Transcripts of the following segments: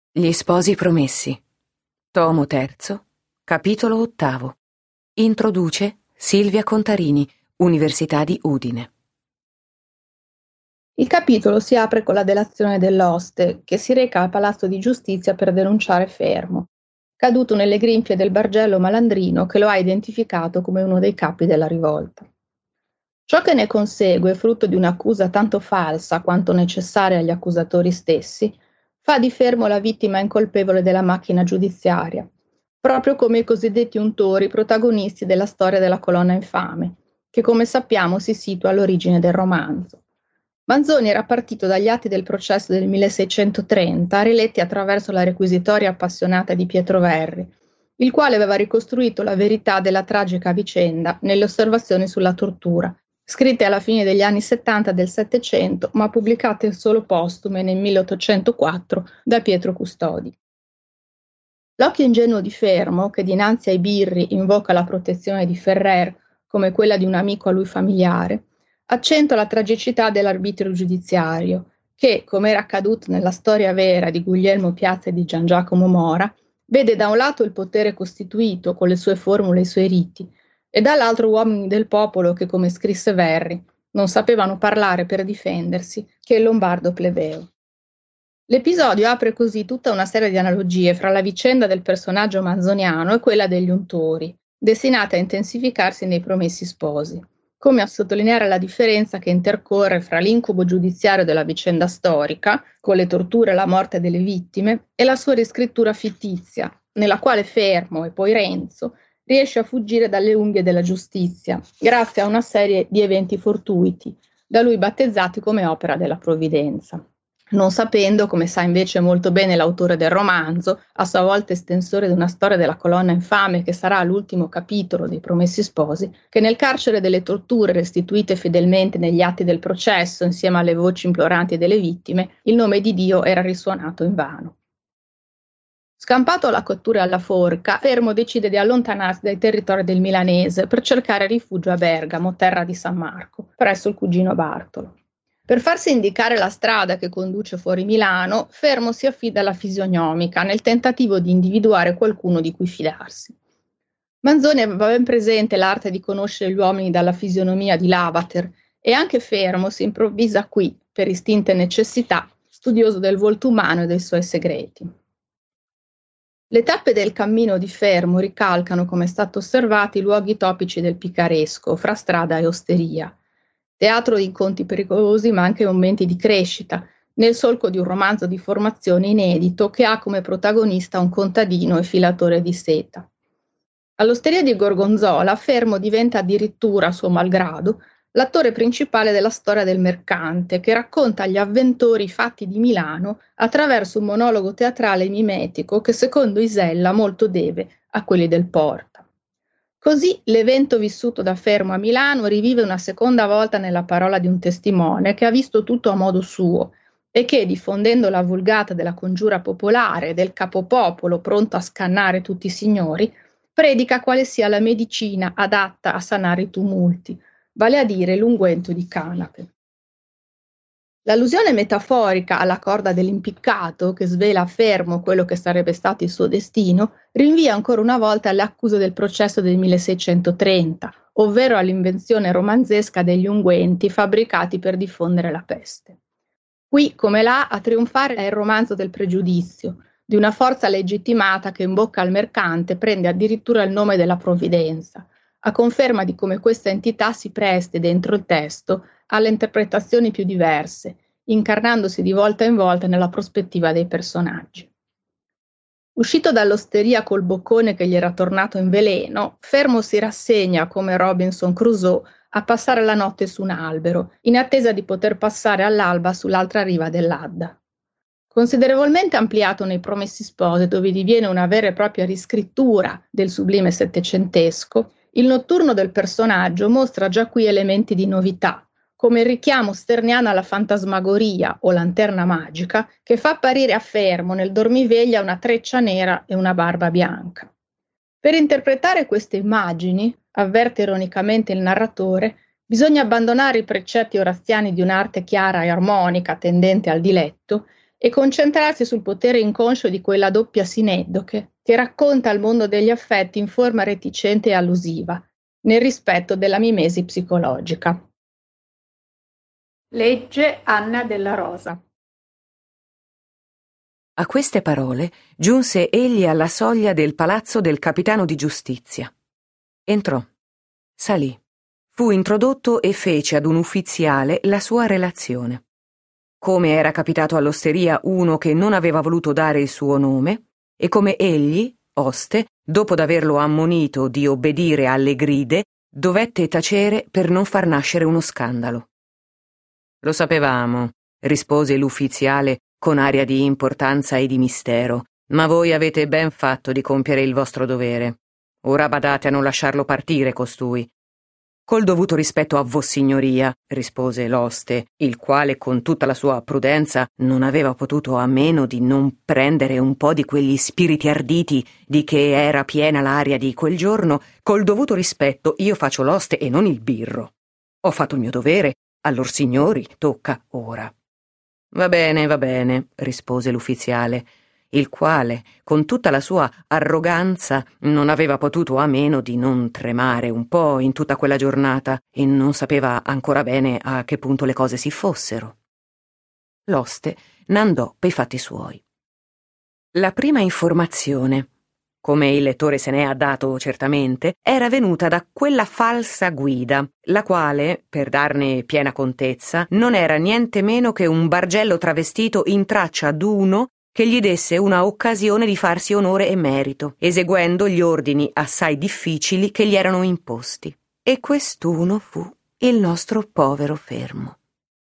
Gli sposi promessi. Tomo terzo, capitolo 8. Introduce Silvia Contarini, Università di Udine. Il capitolo si apre con la delazione dell'oste, che si reca al Palazzo di Giustizia per denunciare Fermo, caduto nelle grinfie del Bargello malandrino che lo ha identificato come uno dei capi della rivolta. Ciò che ne consegue, frutto di un'accusa tanto falsa quanto necessaria agli accusatori stessi, fa di Fermo la vittima incolpevole della macchina giudiziaria, proprio come i cosiddetti untori protagonisti della storia della colonna infame, che come sappiamo si situa all'origine del romanzo. Manzoni era partito dagli atti del processo del 1630, riletti attraverso la requisitoria appassionata di Pietro Verri, il quale aveva ricostruito la verità della tragica vicenda nelle osservazioni sulla tortura, scritte alla fine degli anni 70 del Settecento, ma pubblicate solo postume nel 1804 da Pietro Custodi. L'occhio ingenuo di Fermo, che dinanzi ai birri invoca la protezione di Ferrer come quella di un amico a lui familiare, accentua la tragicità dell'arbitrio giudiziario, che, come era accaduto nella storia vera di Guglielmo Piazza e di Gian Giacomo Mora, vede da un lato il potere costituito con le sue formule e i suoi riti, e dall'altro uomini del popolo che, come scrisse Verri, non sapevano parlare per difendersi che il lombardo plebeo. L'episodio apre così tutta una serie di analogie fra la vicenda del personaggio manzoniano e quella degli untori, destinate a intensificarsi nei Promessi Sposi, come a sottolineare la differenza che intercorre fra l'incubo giudiziario della vicenda storica, con le torture e la morte delle vittime, e la sua riscrittura fittizia, nella quale Fermo e poi Renzo riesce a fuggire dalle unghie della giustizia, grazie a una serie di eventi fortuiti, da lui battezzati come opera della provvidenza. Non sapendo, come sa invece molto bene l'autore del romanzo, a sua volta estensore di una storia della colonna infame che sarà l'ultimo capitolo dei Promessi Sposi, che nel carcere delle torture restituite fedelmente negli atti del processo, insieme alle voci imploranti delle vittime, il nome di Dio era risuonato invano. Scampato alla cottura e alla forca, Fermo decide di allontanarsi dai territori del Milanese per cercare rifugio a Bergamo, terra di San Marco, presso il cugino Bartolo. Per farsi indicare la strada che conduce fuori Milano, Fermo si affida alla fisionomica nel tentativo di individuare qualcuno di cui fidarsi. Manzoni aveva ben presente l'arte di conoscere gli uomini dalla fisionomia di Lavater e anche Fermo si improvvisa qui, per istinta necessità, studioso del volto umano e dei suoi segreti. Le tappe del cammino di Fermo ricalcano, come è stato osservato, i luoghi topici del picaresco, fra strada e osteria. Teatro di incontri pericolosi ma anche momenti di crescita, nel solco di un romanzo di formazione inedito che ha come protagonista un contadino e filatore di seta. All'osteria di Gorgonzola, Fermo diventa addirittura, a suo malgrado, l'attore principale della storia del mercante, che racconta agli avventori i fatti di Milano attraverso un monologo teatrale mimetico che secondo Isella molto deve a quelli del Porta. Così l'evento vissuto da Fermo a Milano rivive una seconda volta nella parola di un testimone che ha visto tutto a modo suo e che, diffondendo la vulgata della congiura popolare del capopopolo pronto a scannare tutti i signori, predica quale sia la medicina adatta a sanare i tumulti, vale a dire l'unguento di canape. L'allusione metaforica alla corda dell'impiccato, che svela a Fermo quello che sarebbe stato il suo destino, rinvia ancora una volta alle accuse del processo del 1630, ovvero all'invenzione romanzesca degli unguenti fabbricati per diffondere la peste. Qui, come là, a trionfare è il romanzo del pregiudizio, di una forza legittimata che in bocca al mercante prende addirittura il nome della provvidenza, a conferma di come questa entità si presti dentro il testo alle interpretazioni più diverse, incarnandosi di volta in volta nella prospettiva dei personaggi. Uscito dall'osteria col boccone che gli era tornato in veleno, Fermo si rassegna, come Robinson Crusoe, a passare la notte su un albero, in attesa di poter passare all'alba sull'altra riva dell'Adda. Considerevolmente ampliato nei Promessi Sposi, dove diviene una vera e propria riscrittura del sublime settecentesco, il notturno del personaggio mostra già qui elementi di novità, come il richiamo sterniano alla fantasmagoria o lanterna magica che fa apparire a Fermo nel dormiveglia una treccia nera e una barba bianca. Per interpretare queste immagini, avverte ironicamente il narratore, bisogna abbandonare i precetti oraziani di un'arte chiara e armonica tendente al diletto e concentrarsi sul potere inconscio di quella doppia sineddoche che racconta il mondo degli affetti in forma reticente e allusiva, nel rispetto della mimesi psicologica. Legge Anna della Rosa. A queste parole giunse egli alla soglia del palazzo del capitano di giustizia. Entrò, salì, fu introdotto e fece ad un ufficiale la sua relazione. Come era capitato all'osteria uno che non aveva voluto dare il suo nome, e come egli, oste, dopo d'averlo ammonito di obbedire alle gride, dovette tacere per non far nascere uno scandalo. Lo sapevamo, rispose l'ufficiale con aria di importanza e di mistero, ma voi avete ben fatto di compiere il vostro dovere. Ora badate a non lasciarlo partire costui. Col dovuto rispetto a vossignoria, rispose l'oste, il quale con tutta la sua prudenza non aveva potuto a meno di non prendere un po' di quegli spiriti arditi di che era piena l'aria di quel giorno. Col dovuto rispetto io faccio l'oste e non il birro. Ho fatto il mio dovere, a lor signori tocca ora. Va bene, rispose l'ufficiale, il quale, con tutta la sua arroganza, non aveva potuto a meno di non tremare un po' in tutta quella giornata e non sapeva ancora bene a che punto le cose si fossero. L'oste n'andò pei fatti suoi. La prima informazione, come il lettore se ne ha dato certamente, era venuta da quella falsa guida, la quale, per darne piena contezza, non era niente meno che un bargello travestito in traccia d'uno che gli desse una occasione di farsi onore e merito, eseguendo gli ordini assai difficili che gli erano imposti. E quest'uno fu il nostro povero Fermo.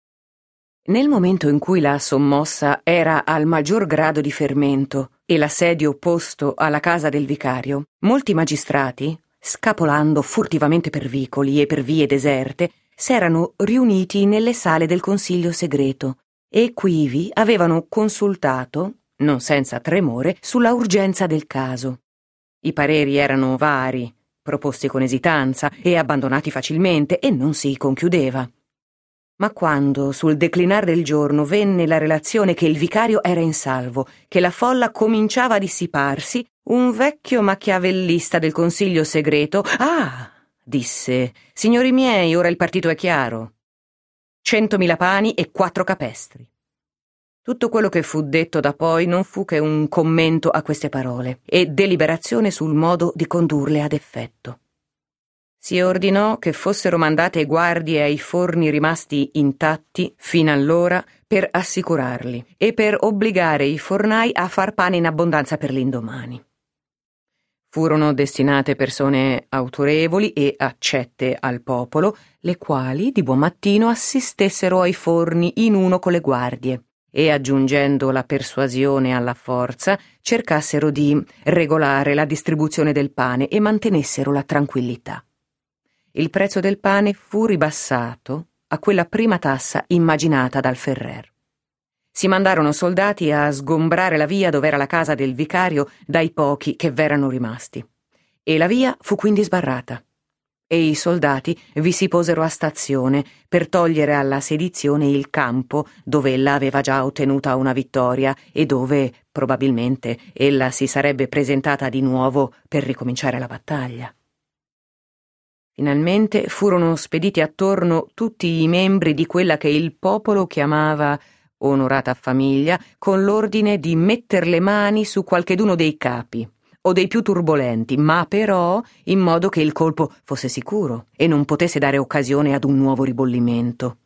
Nel momento in cui la sommossa era al maggior grado di fermento e l'assedio posto alla casa del vicario, molti magistrati, scapolando furtivamente per vicoli e per vie deserte, s'erano riuniti nelle sale del consiglio segreto e quivi avevano consultato, non senza tremore, sulla urgenza del caso. I pareri erano vari, proposti con esitanza e abbandonati facilmente, e non si conchiudeva. Ma quando, sul declinar del giorno, venne la relazione che il vicario era in salvo, che la folla cominciava a dissiparsi, un vecchio machiavellista del consiglio segreto disse: «Signori miei, ora il partito è chiaro. 100.000 pani e 4 capestri». Tutto quello che fu detto da poi non fu che un commento a queste parole e deliberazione sul modo di condurle ad effetto. Si ordinò che fossero mandate guardie ai forni rimasti intatti fino allora per assicurarli e per obbligare i fornai a far pane in abbondanza per l'indomani. Furono destinate persone autorevoli e accette al popolo, le quali di buon mattino assistessero ai forni in uno con le guardie e, aggiungendo la persuasione alla forza, cercassero di regolare la distribuzione del pane e mantenessero la tranquillità. Il prezzo del pane fu ribassato a quella prima tassa immaginata dal Ferrer. Si mandarono soldati a sgombrare la via dov'era la casa del vicario dai pochi che v'erano rimasti, e la via fu quindi sbarrata, e i soldati vi si posero a stazione per togliere alla sedizione il campo dove ella aveva già ottenuta una vittoria e dove, probabilmente, ella si sarebbe presentata di nuovo per ricominciare la battaglia. Finalmente furono spediti attorno tutti i membri di quella che il popolo chiamava onorata famiglia, con l'ordine di metter le mani su qualcheduno dei capi o dei più turbolenti, ma però in modo che il colpo fosse sicuro e non potesse dare occasione ad un nuovo ribollimento.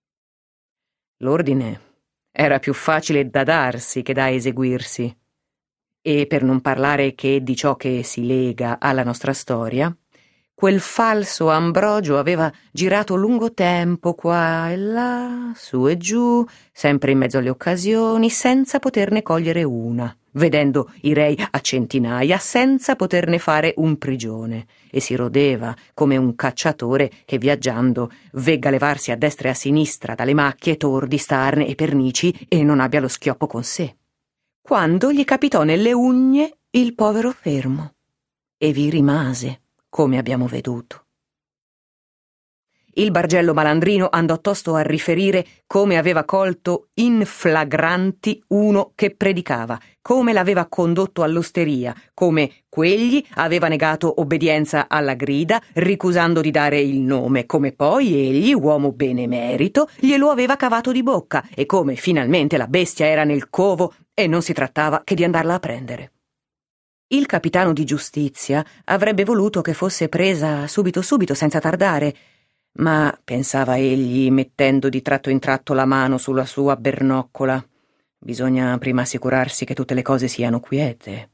L'ordine era più facile da darsi che da eseguirsi, e per non parlare che di ciò che si lega alla nostra storia, quel falso Ambrogio aveva girato lungo tempo qua e là, su e giù, sempre in mezzo alle occasioni, senza poterne cogliere una, vedendo i rei a centinaia, senza poterne fare un prigione, e si rodeva come un cacciatore che viaggiando vegga levarsi a destra e a sinistra dalle macchie, tordi, starne e pernici e non abbia lo schioppo con sé. Quando gli capitò nelle ugne il povero Fermo, e vi rimase, come abbiamo veduto. Il bargello malandrino andò tosto a riferire come aveva colto in flagranti uno che predicava, come l'aveva condotto all'osteria, come quegli aveva negato obbedienza alla grida, ricusando di dare il nome, come poi egli, uomo benemerito, glielo aveva cavato di bocca, e come finalmente la bestia era nel covo e non si trattava che di andarla a prendere. Il capitano di giustizia avrebbe voluto che fosse presa subito senza tardare, ma, pensava egli, mettendo di tratto in tratto la mano sulla sua bernoccola, bisogna prima assicurarsi che tutte le cose siano quiete.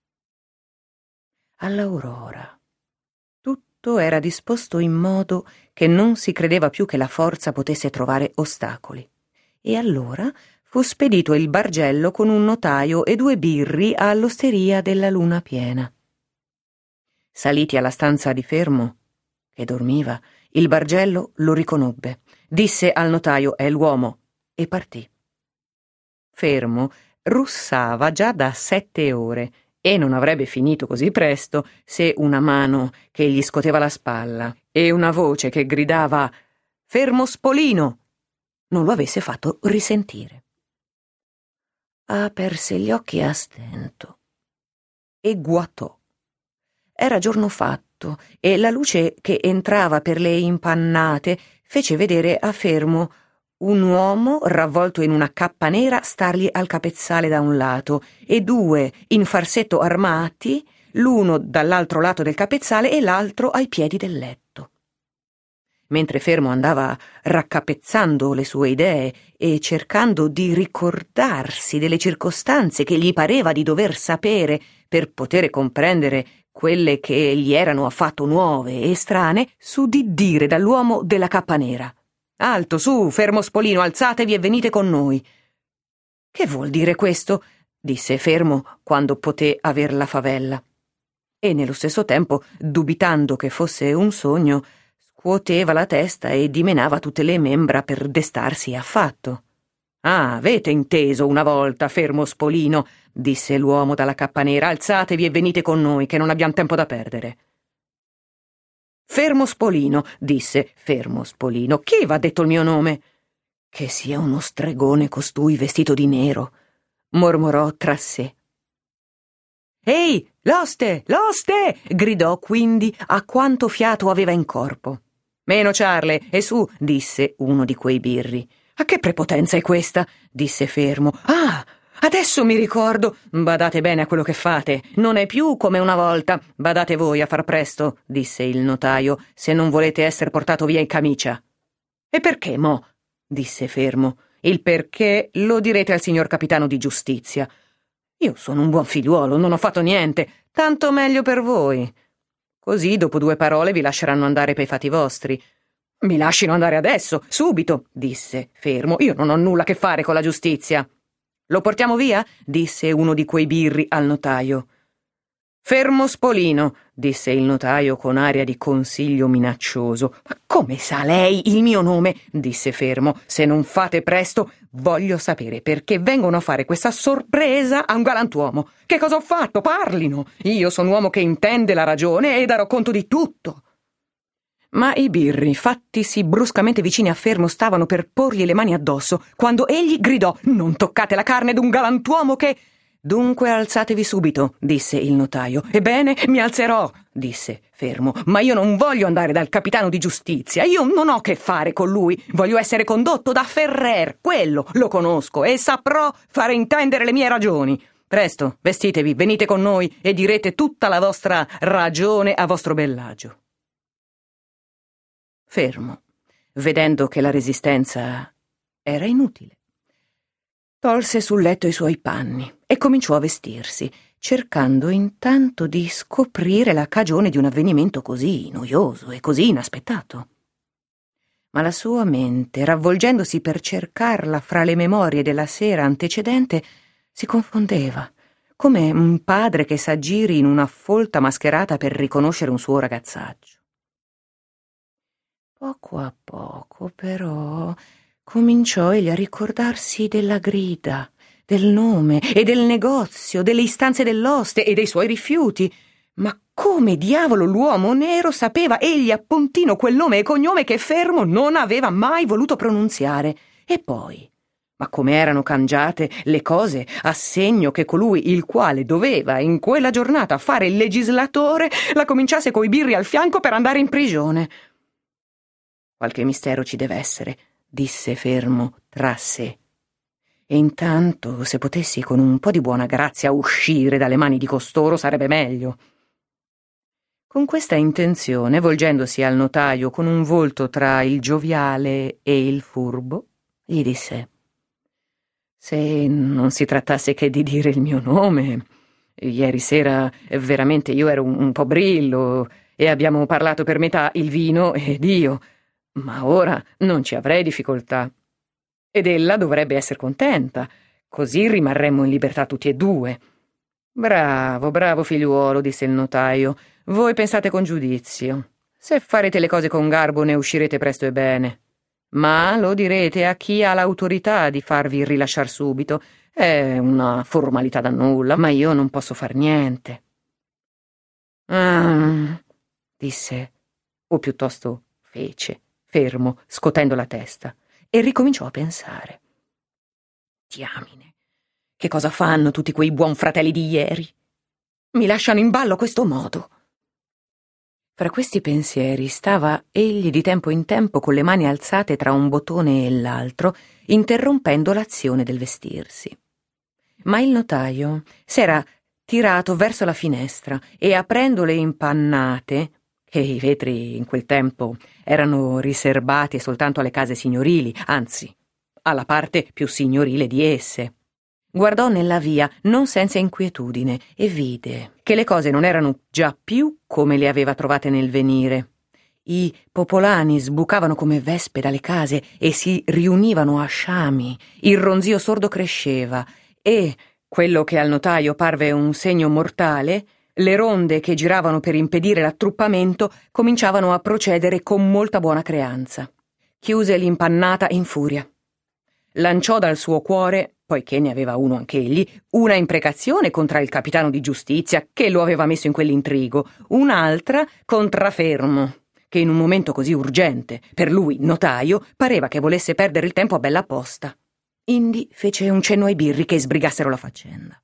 All'aurora tutto era disposto in modo che non si credeva più che la forza potesse trovare ostacoli, e allora fu spedito il bargello con un notaio e 2 birri all'osteria della Luna Piena. Saliti alla stanza di Fermo, che dormiva, il bargello lo riconobbe, disse al notaio «È l'uomo» e partì. Fermo russava già da 7 ore e non avrebbe finito così presto se una mano che gli scoteva la spalla e una voce che gridava «Fermo Spolino!» non lo avesse fatto risentire. Aperse gli occhi a stento e guatò. Era giorno fatto e la luce che entrava per le impannate fece vedere a Fermo un uomo ravvolto in una cappa nera stargli al capezzale da un lato e 2 in farsetto armati, l'uno dall'altro lato del capezzale e l'altro ai piedi del letto. Mentre Fermo andava raccapezzando le sue idee e cercando di ricordarsi delle circostanze che gli pareva di dover sapere per poter comprendere quelle che gli erano affatto nuove e strane, s'udì dire dall'uomo della cappa nera: «Alto, su, Fermo Spolino, alzatevi e venite con noi». «Che vuol dire questo?» disse Fermo quando poté aver la favella. E nello stesso tempo, dubitando che fosse un sogno, scuoteva la testa e dimenava tutte le membra per destarsi affatto. «Ah, avete inteso una volta, Fermo Spolino», disse l'uomo dalla cappa nera, «alzatevi e venite con noi, che non abbiamo tempo da perdere». «Fermo Spolino», disse Fermo Spolino, «chi v'ha detto il mio nome?» «Che sia uno stregone costui vestito di nero», mormorò tra sé. «Ehi, l'oste, l'oste!» gridò quindi a quanto fiato aveva in corpo. «Meno ciarle, e su», disse uno di quei birri. «A che prepotenza è questa?» disse Fermo. «Ah, adesso mi ricordo. Badate bene a quello che fate. Non è più come una volta. Badate voi a far presto», disse il notaio, «se non volete essere portato via in camicia». «E perché, mo?» disse Fermo. «Il perché lo direte al signor capitano di giustizia». «Io sono un buon figliuolo, non ho fatto niente. Tanto meglio per voi. Così dopo 2 parole vi lasceranno andare pei fatti vostri». «Mi lascino andare adesso, subito», disse Fermo. «Io non ho nulla a che fare con la giustizia». «Lo portiamo via?» disse uno di quei birri al notaio. «Fermo Spolino», disse il notaio con aria di consiglio minaccioso. «Ma come sa lei il mio nome?» disse Fermo. «Se non fate presto, voglio sapere perché vengono a fare questa sorpresa a un galantuomo. Che cosa ho fatto? Parlino! Io sono un uomo che intende la ragione e darò conto di tutto». Ma i birri, fattisi bruscamente vicini a Fermo, stavano per porgli le mani addosso, quando egli gridò: «Non toccate la carne d'un galantuomo che...» «Dunque alzatevi subito», disse il notaio. «Ebbene, mi alzerò», disse Fermo, «ma io non voglio andare dal capitano di giustizia, io non ho che fare con lui, voglio essere condotto da Ferrer, quello lo conosco e saprò fare intendere le mie ragioni. Presto, vestitevi, venite con noi e direte tutta la vostra ragione a vostro bellagio». Fermo, vedendo che la resistenza era inutile, tolse sul letto i suoi panni e cominciò a vestirsi, cercando intanto di scoprire la cagione di un avvenimento così noioso e così inaspettato. Ma la sua mente, ravvolgendosi per cercarla fra le memorie della sera antecedente, si confondeva, come un padre che s'aggiri in una folta mascherata per riconoscere un suo ragazzaccio. Poco a poco, però, cominciò egli a ricordarsi della grida, del nome e del negozio, delle istanze dell'oste e dei suoi rifiuti. Ma come diavolo l'uomo nero sapeva egli appuntino quel nome e cognome che Fermo non aveva mai voluto pronunziare? E poi, ma come erano cangiate le cose a segno che colui il quale doveva in quella giornata fare il legislatore la cominciasse coi birri al fianco per andare in prigione. Qualche mistero ci deve essere, disse Fermo tra sé. E intanto, se potessi con un po' di buona grazia uscire dalle mani di costoro, sarebbe meglio. Con questa intenzione, volgendosi al notaio con un volto tra il gioviale e il furbo, gli disse: «Se non si trattasse che di dire il mio nome, ieri sera veramente io ero un po' brillo e abbiamo parlato per metà il vino ed io, ma ora non ci avrei difficoltà. Ed ella dovrebbe essere contenta, così rimarremmo in libertà tutti e due». «Bravo, bravo figliuolo», disse il notaio. «Voi pensate con giudizio. Se farete le cose con garbo ne uscirete presto e bene. Ma lo direte a chi ha l'autorità di farvi rilasciar subito. È una formalità da nulla, ma io non posso far niente». Disse, o piuttosto fece, Fermo, scotendo la testa, e ricominciò a pensare. «Diamine, che cosa fanno tutti quei buonfratelli di ieri? Mi lasciano in ballo a questo modo». Fra questi pensieri stava egli di tempo in tempo con le mani alzate tra un bottone e l'altro, interrompendo l'azione del vestirsi. Ma il notaio s'era tirato verso la finestra e, aprendo le impannate, che i vetri in quel tempo erano riserbati soltanto alle case signorili, anzi, alla parte più signorile di esse, guardò nella via non senza inquietudine e vide che le cose non erano già più come le aveva trovate nel venire. I popolani sbucavano come vespe dalle case e si riunivano a sciami, il ronzio sordo cresceva e, quello che al notaio parve un segno mortale, le ronde che giravano per impedire l'attruppamento cominciavano a procedere con molta buona creanza. Chiuse l'impannata in furia. Lanciò dal suo cuore, poiché ne aveva uno anch'egli, una imprecazione contra il capitano di giustizia che lo aveva messo in quell'intrigo, un'altra contra Fermo, che in un momento così urgente, per lui, notaio, pareva che volesse perdere il tempo a bella posta. Indi fece un cenno ai birri che sbrigassero la faccenda.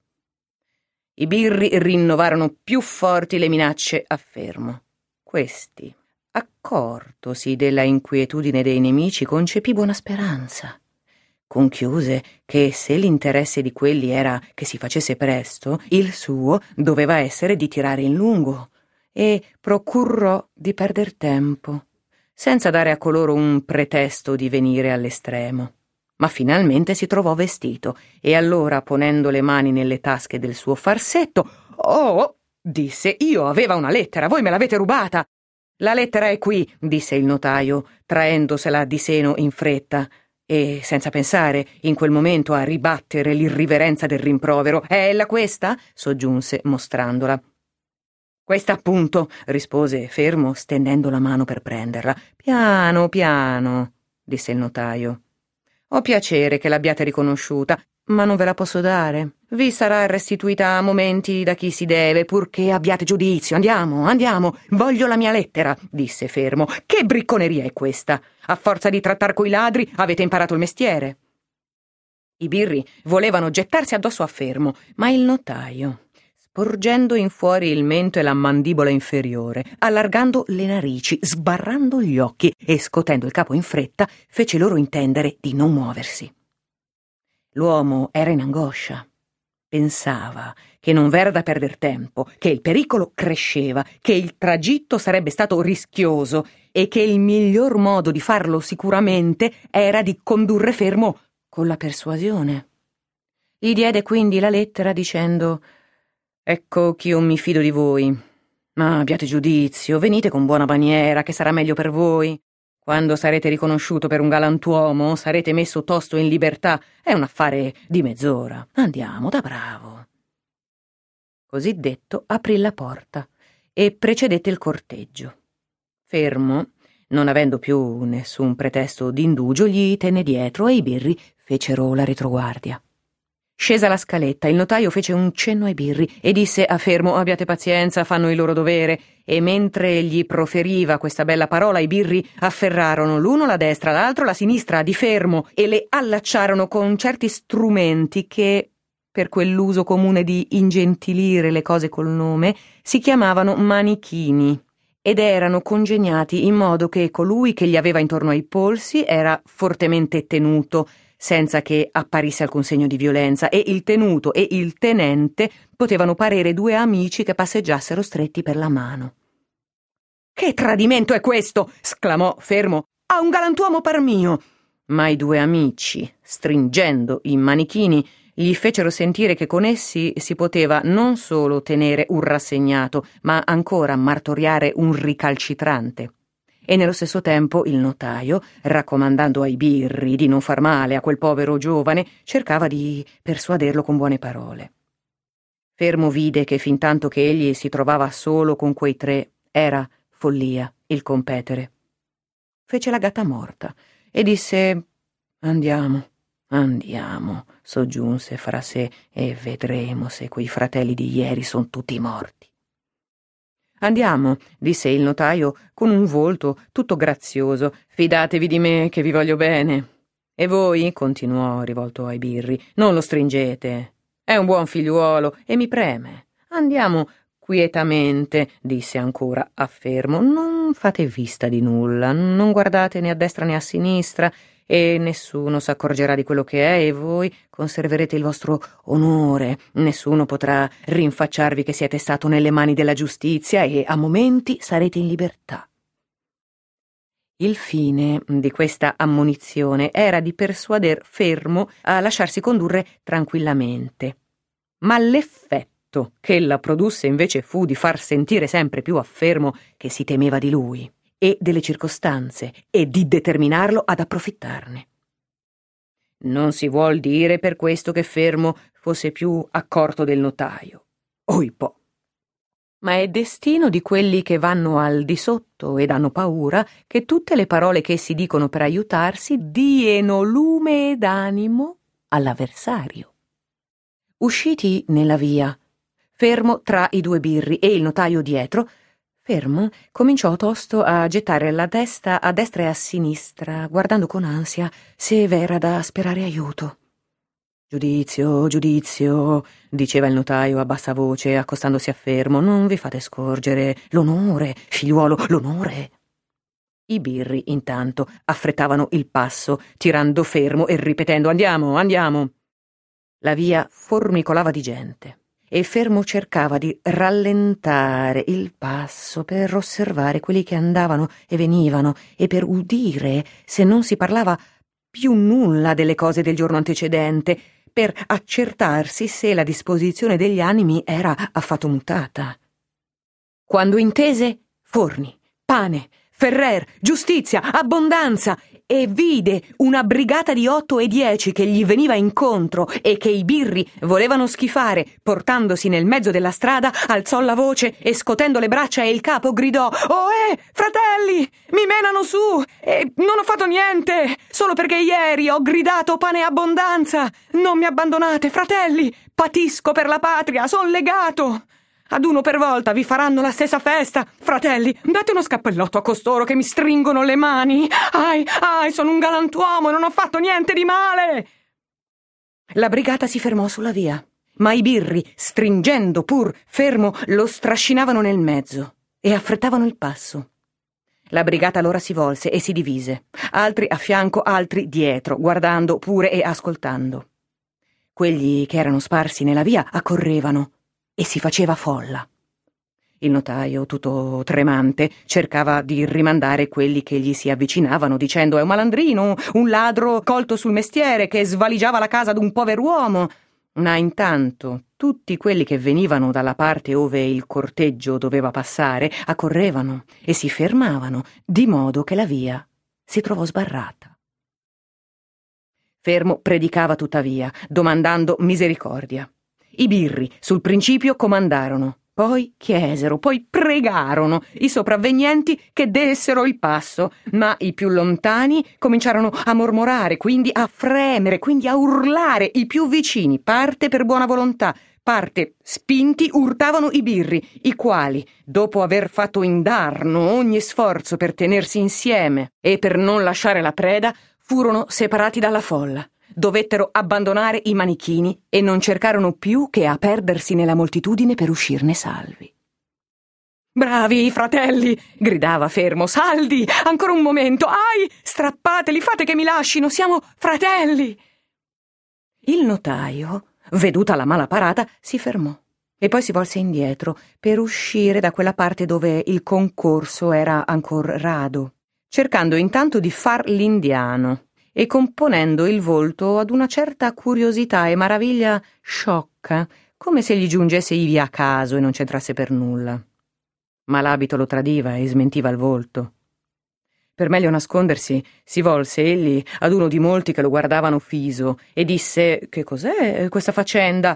I birri rinnovarono più forti le minacce a Fermo. Questi, accortosi della inquietudine dei nemici, concepì buona speranza. Conchiuse che se l'interesse di quelli era che si facesse presto, il suo doveva essere di tirare in lungo, e procurò di perder tempo, senza dare a coloro un pretesto di venire all'estremo. Ma finalmente si trovò vestito, e allora, ponendo le mani nelle tasche del suo farsetto, «Oh!» disse, «io aveva una lettera, voi me l'avete rubata!» «La lettera è qui», disse il notaio, traendosela di seno in fretta, e senza pensare in quel momento a ribattere l'irriverenza del rimprovero. «È ella questa?» soggiunse, mostrandola. «Questa appunto», rispose Fermo, stendendo la mano per prenderla. «Piano, piano», disse il notaio. «Ho piacere che l'abbiate riconosciuta, ma non ve la posso dare. Vi sarà restituita a momenti da chi si deve, purché abbiate giudizio. Andiamo, andiamo, voglio la mia lettera», disse Fermo. «Che bricconeria è questa? A forza di trattar coi ladri avete imparato il mestiere». I birri volevano gettarsi addosso a Fermo, ma il notaio, sporgendo in fuori il mento e la mandibola inferiore, allargando le narici, sbarrando gli occhi e scotendo il capo in fretta, fece loro intendere di non muoversi. L'uomo era in angoscia. Pensava che non v'era da perder tempo, che il pericolo cresceva, che il tragitto sarebbe stato rischioso e che il miglior modo di farlo sicuramente era di condurre Fermo con la persuasione. Gli diede quindi la lettera dicendo: «Ecco ch'io mi fido di voi, ma abbiate giudizio, venite con buona maniera, che sarà meglio per voi. Quando sarete riconosciuto per un galantuomo, sarete messo tosto in libertà. È un affare di mezz'ora. Andiamo, da bravo». Così detto, aprì la porta e precedette il corteggio. Fermo, non avendo più nessun pretesto d'indugio, gli tenne dietro e i birri fecero la retroguardia. Scesa la scaletta, il notaio fece un cenno ai birri e disse a Fermo: abbiate pazienza, fanno il loro dovere. E mentre gli proferiva questa bella parola, i birri afferrarono l'uno la destra, l'altro la sinistra di Fermo e le allacciarono con certi strumenti che, per quell'uso comune di ingentilire le cose col nome, si chiamavano manichini, ed erano congegnati in modo che colui che gli aveva intorno ai polsi era fortemente tenuto, senza che apparisse alcun segno di violenza, e il tenuto e il tenente potevano parere due amici che passeggiassero stretti per la mano. «Che tradimento è questo?» sclamò Fermo. «A un galantuomo par mio!» Ma i due amici, stringendo i manichini, gli fecero sentire che con essi si poteva non solo tenere un rassegnato, ma ancora martoriare un ricalcitrante. E nello stesso tempo il notaio, raccomandando ai birri di non far male a quel povero giovane, cercava di persuaderlo con buone parole. Fermo vide che fintanto che egli si trovava solo con quei tre era follia il competere. Fece la gatta morta e disse: «Andiamo, soggiunse fra sé, e vedremo se quei fratelli di ieri son tutti morti». «Andiamo», disse il notaio con un volto tutto grazioso, «fidatevi di me che vi voglio bene». «E voi», continuò rivolto ai birri, «non lo stringete. È un buon figliuolo e mi preme. Andiamo quietamente», disse ancora a Fermo. «Non fate vista di nulla, non guardate né a destra né a sinistra, e nessuno s'accorgerà di quello che è, e voi conserverete il vostro onore. Nessuno potrà rinfacciarvi che siete stato nelle mani della giustizia, e a momenti sarete in libertà». Il fine di questa ammonizione era di persuader Fermo a lasciarsi condurre tranquillamente. Ma l'effetto che ella produsse invece fu di far sentire sempre più a Fermo che si temeva di lui e delle circostanze, e di determinarlo ad approfittarne. Non si vuol dire per questo che Fermo fosse più accorto del notaio, oipò, ma è destino di quelli che vanno al di sotto ed hanno paura che tutte le parole che si dicono per aiutarsi diano lume ed animo all'avversario. Usciti nella via, Fermo tra i due birri e il notaio dietro, Fermo cominciò tosto a gettare la testa a destra e a sinistra, guardando con ansia se v'era da sperare aiuto. «Giudizio, giudizio», diceva il notaio a bassa voce, accostandosi a Fermo, «non vi fate scorgere. L'onore, figliuolo, l'onore». I birri, intanto, affrettavano il passo, tirando Fermo e ripetendo: «Andiamo, andiamo». La via formicolava di gente e Fermo cercava di rallentare il passo per osservare quelli che andavano e venivano e per udire se non si parlava più nulla delle cose del giorno antecedente, per accertarsi se la disposizione degli animi era affatto mutata. Quando intese forni, pane, Ferrer, giustizia, abbondanza, e vide una brigata di 8 e 10 che gli veniva incontro e che i birri volevano schifare, portandosi nel mezzo della strada, alzò la voce e, scotendo le braccia e il capo, gridò: «Ohè, fratelli, mi menano su e non ho fatto niente, solo perché ieri ho gridato pane e abbondanza. Non mi abbandonate, fratelli, patisco per la patria, son legato. Ad uno per volta vi faranno la stessa festa. Fratelli, date uno scappellotto a costoro che mi stringono le mani. Ahi, sono un galantuomo e non ho fatto niente di male». La brigata si fermò sulla via, ma i birri, stringendo pur Fermo, lo strascinavano nel mezzo e affrettavano il passo. La brigata allora si volse e si divise, altri a fianco, altri dietro, guardando pure e ascoltando. Quelli che erano sparsi nella via accorrevano e si faceva folla. Il notaio, tutto tremante, cercava di rimandare quelli che gli si avvicinavano, dicendo: «È un malandrino, un ladro colto sul mestiere che svaligiava la casa d'un pover'uomo». Ma intanto tutti quelli che venivano dalla parte ove il corteggio doveva passare accorrevano e si fermavano, di modo che la via si trovò sbarrata. Fermo predicava tuttavia, domandando misericordia. I birri sul principio comandarono Poi chiesero, poi pregarono i sopravvenienti che dessero il passo, ma i più lontani cominciarono a mormorare, quindi a fremere, quindi a urlare. I più vicini, parte per buona volontà, parte spinti, urtavano i birri, i quali, dopo aver fatto indarno ogni sforzo per tenersi insieme e per non lasciare la preda, furono separati dalla folla. Dovettero abbandonare i manichini e non cercarono più che a perdersi nella moltitudine per uscirne salvi. «Bravi, fratelli!» gridava Fermo. «Saldi! Ancora un momento! Ai! Strappateli! Fate che mi lascino! Siamo fratelli!» Il notaio, veduta la mala parata, si fermò e poi si volse indietro per uscire da quella parte dove il concorso era ancor rado, cercando intanto di far l'indiano e componendo il volto ad una certa curiosità e maraviglia sciocca, come se gli giungesse ivi a caso e non c'entrasse per nulla. Ma l'abito lo tradiva e smentiva il volto. Per meglio nascondersi, si volse egli ad uno di molti che lo guardavano fiso e disse: «Che cos'è questa faccenda?»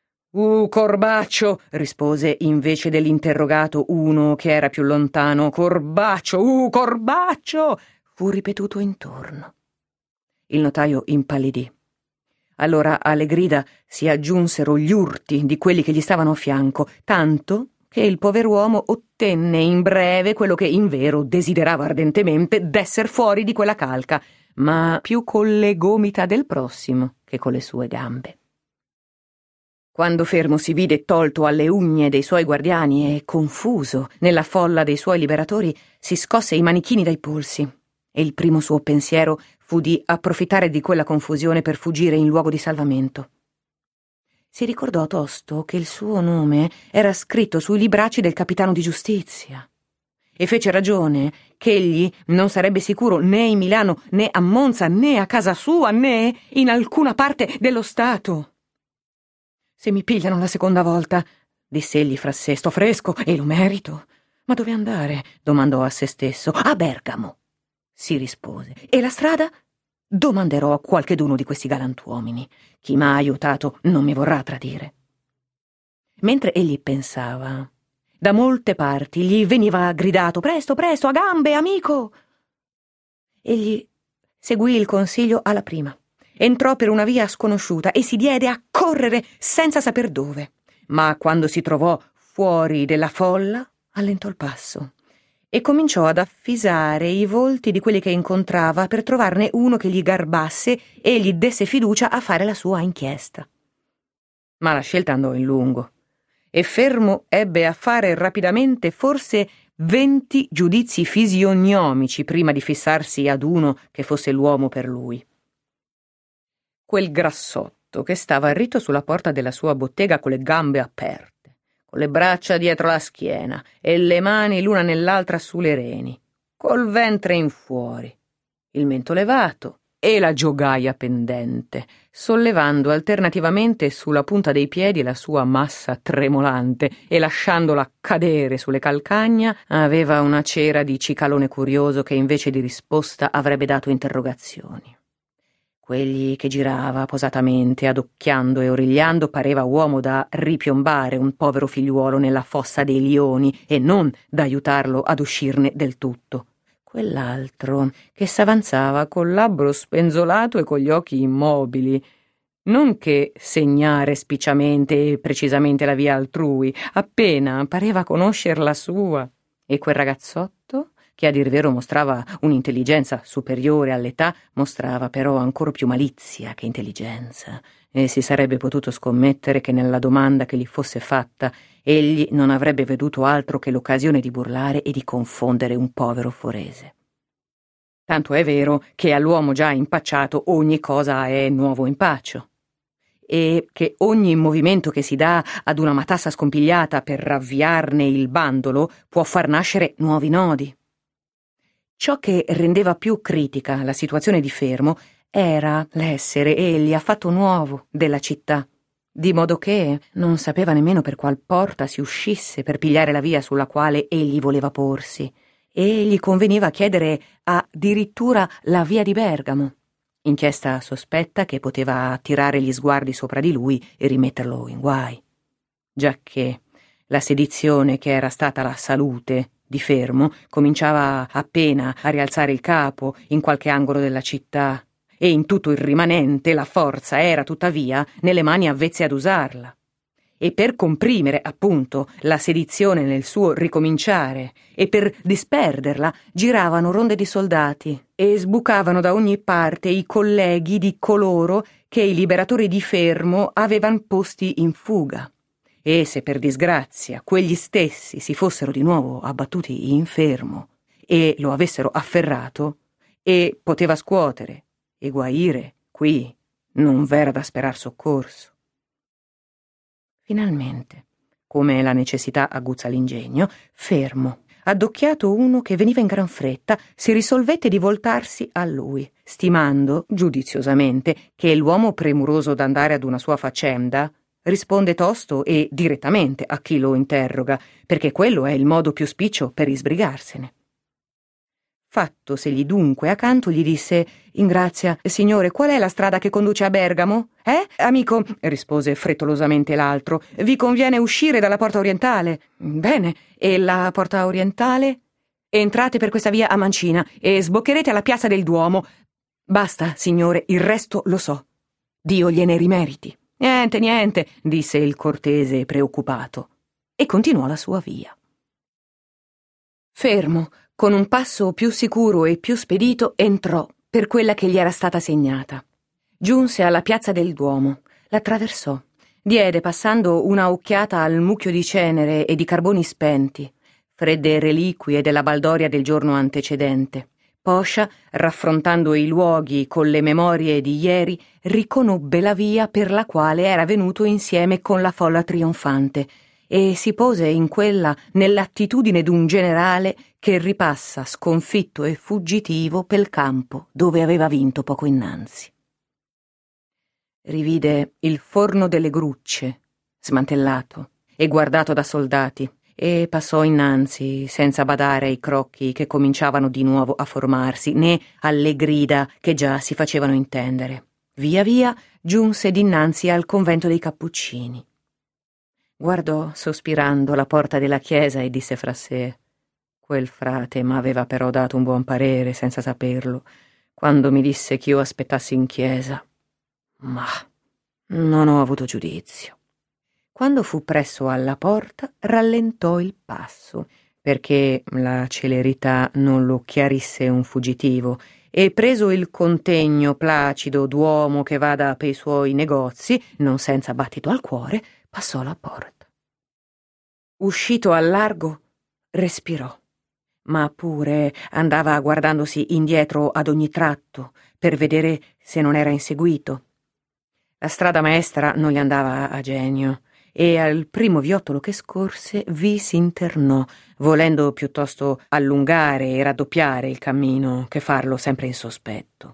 Corbaccio!» rispose invece dell'interrogato uno che era più lontano. «Corbaccio! Corbaccio!» fu ripetuto intorno. Il notaio impallidì. Allora alle grida si aggiunsero gli urti di quelli che gli stavano a fianco, tanto che il pover'uomo ottenne in breve quello che invero desiderava ardentemente, d'esser fuori di quella calca, ma più con le gomita del prossimo che con le sue gambe. Quando Fermo si vide tolto alle ugne dei suoi guardiani e confuso nella folla dei suoi liberatori, si scosse i manichini dai polsi e il primo suo pensiero fu di approfittare di quella confusione per fuggire in luogo di salvamento. Si ricordò tosto che il suo nome era scritto sui libracci del capitano di giustizia e fece ragione che egli non sarebbe sicuro né in Milano, né a Monza, né a casa sua, né in alcuna parte dello Stato. «Se mi pigliano la seconda volta», disse egli fra sé, «sto fresco e lo merito. Ma dove andare?» domandò a se stesso. «A Bergamo», si rispose. «E la strada?» «Domanderò a qualcheduno di questi galantuomini. Chi m'ha aiutato non mi vorrà tradire». Mentre egli pensava, da molte parti gli veniva gridato: «Presto, presto, a gambe, amico!» Egli seguì il consiglio alla prima. Entrò per una via sconosciuta e si diede a correre senza saper dove. Ma quando si trovò fuori della folla, allentò il passo e cominciò ad affisare i volti di quelli che incontrava per trovarne uno che gli garbasse e gli desse fiducia a fare la sua inchiesta. Ma la scelta andò in lungo e Fermo ebbe a fare rapidamente forse 20 giudizi fisionomici prima di fissarsi ad uno che fosse l'uomo per lui. Quel grassotto che stava ritto sulla porta della sua bottega con le gambe aperte, con le braccia dietro la schiena e le mani l'una nell'altra sulle reni, col ventre in fuori, il mento levato e la giogaia pendente, sollevando alternativamente sulla punta dei piedi la sua massa tremolante e lasciandola cadere sulle calcagna, aveva una cera di cicalone curioso che invece di risposta avrebbe dato interrogazioni. Quegli che girava posatamente, adocchiando e origliando, pareva uomo da ripiombare un povero figliuolo nella fossa dei lioni e non da aiutarlo ad uscirne del tutto. Quell'altro, che s'avanzava col labbro spenzolato e con gli occhi immobili, non che segnare spicciamente e precisamente la via altrui, appena pareva conoscer la sua. E quel ragazzotto, che a dir vero mostrava un'intelligenza superiore all'età, mostrava però ancor più malizia che intelligenza, e si sarebbe potuto scommettere che nella domanda che gli fosse fatta egli non avrebbe veduto altro che l'occasione di burlare e di confondere un povero forese. Tanto è vero che all'uomo già impacciato ogni cosa è nuovo impaccio, e che ogni movimento che si dà ad una matassa scompigliata per ravviarne il bandolo può far nascere nuovi nodi. Ciò che rendeva più critica la situazione di Fermo era l'essere egli affatto nuovo della città, di modo che non sapeva nemmeno per qual porta si uscisse per pigliare la via sulla quale egli voleva porsi, e gli conveniva chiedere addirittura la via di Bergamo, inchiesta sospetta che poteva attirare gli sguardi sopra di lui e rimetterlo in guai, giacché La sedizione, che era stata la salute di Fermo, cominciava appena a rialzare il capo in qualche angolo della città, e in tutto il rimanente la forza era tuttavia nelle mani avvezze ad usarla. E per comprimere, appunto, la sedizione nel suo ricominciare e per disperderla giravano ronde di soldati e sbucavano da ogni parte i colleghi di coloro che i liberatori di Fermo avevano posti in fuga. E se per disgrazia quegli stessi si fossero di nuovo abbattuti in Fermo e lo avessero afferrato, e poteva scuotere e guaire, qui non v'era da sperar soccorso. Finalmente, come la necessità aguzza l'ingegno, Fermo, addocchiato uno che veniva in gran fretta, si risolvette di voltarsi a lui, stimando, giudiziosamente, che l'uomo premuroso d'andare ad una sua faccenda risponde tosto e direttamente a chi lo interroga, perché quello è il modo più spiccio per isbrigarsene. Fattosegli dunque accanto, gli disse: «In grazia, signore, qual è la strada che conduce a Bergamo?» Amico», rispose frettolosamente l'altro, «vi conviene uscire dalla porta orientale». «Bene, e la porta orientale?» «Entrate per questa via a mancina e sboccherete alla piazza del Duomo. Basta, signore, il resto lo so. Dio gliene rimeriti». Niente», disse il cortese preoccupato, e continuò la sua via. Fermo, con un passo più sicuro e più spedito, entrò per quella che gli era stata segnata. Giunse alla piazza del Duomo, l'attraversò, diede passando una occhiata al mucchio di cenere e di carboni spenti, fredde reliquie della baldoria del giorno antecedente. Poscia, raffrontando i luoghi con le memorie di ieri, riconobbe la via per la quale era venuto insieme con la folla trionfante e si pose in quella nell'attitudine d'un generale che ripassa sconfitto e fuggitivo pel campo dove aveva vinto poco innanzi. Rivide il forno delle grucce, smantellato e guardato da soldati, e passò innanzi senza badare ai crocchi che cominciavano di nuovo a formarsi, né alle grida che già si facevano intendere. Via via giunse dinanzi al convento dei Cappuccini. Guardò sospirando la porta della chiesa e disse fra sé: «Quel frate m'aveva però dato un buon parere, senza saperlo, quando mi disse che io aspettassi in chiesa. Ma non ho avuto giudizio». Quando fu presso alla porta, rallentò il passo, perché la celerità non lo chiarisse un fuggitivo, e preso il contegno placido d'uomo che vada pei suoi negozi, non senza battito al cuore, passò la porta. Uscito al largo, respirò, ma pure andava guardandosi indietro ad ogni tratto per vedere se non era inseguito. La strada maestra non gli andava a genio, e al primo viottolo che scorse vi s'internò, volendo piuttosto allungare e raddoppiare il cammino che farlo sempre in sospetto.